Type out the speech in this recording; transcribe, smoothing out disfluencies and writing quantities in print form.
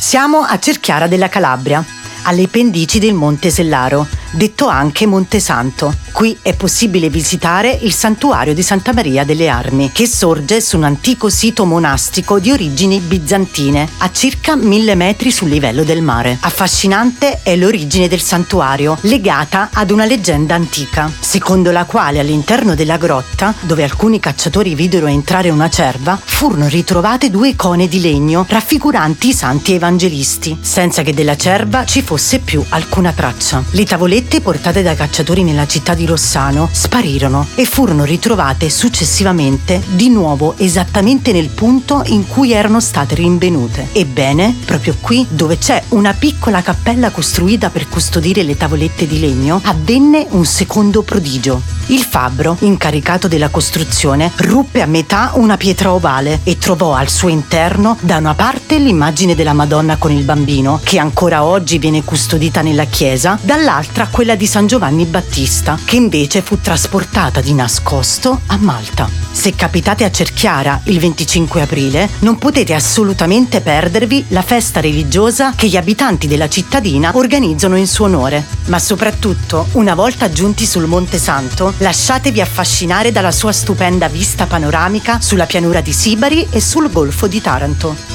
Siamo a Cerchiara della Calabria, alle pendici del Monte Sellaro, detto anche Monte Santo. Qui è possibile visitare il santuario di Santa Maria delle Armi, che sorge su un antico sito monastico di origini bizantine, a circa 1000 metri sul livello del mare. Affascinante è l'origine del santuario, legata ad una leggenda antica, secondo la quale all'interno della grotta, dove alcuni cacciatori videro entrare una cerva, furono ritrovate 2 icone di legno raffiguranti i santi evangelisti, senza che della cerva ci fosse più alcuna traccia. Le tavolette portate dai cacciatori nella città di Rossano sparirono e furono ritrovate successivamente di nuovo esattamente nel punto in cui erano state rinvenute. Ebbene, proprio qui, dove c'è una piccola cappella costruita per custodire le tavolette di legno, avvenne un secondo prodigio. Il fabbro, incaricato della costruzione, ruppe a metà una pietra ovale e trovò al suo interno da una parte l'immagine della Madonna con il bambino, che ancora oggi viene custodita nella chiesa, dall'altra quella di San Giovanni Battista, che invece fu trasportata di nascosto a Malta. Se capitate a Cerchiara il 25 aprile, non potete assolutamente perdervi la festa religiosa che gli abitanti della cittadina organizzano in suo onore. Ma soprattutto, una volta giunti sul Monte Santo, lasciatevi affascinare dalla sua stupenda vista panoramica sulla pianura di Sibari e sul Golfo di Taranto.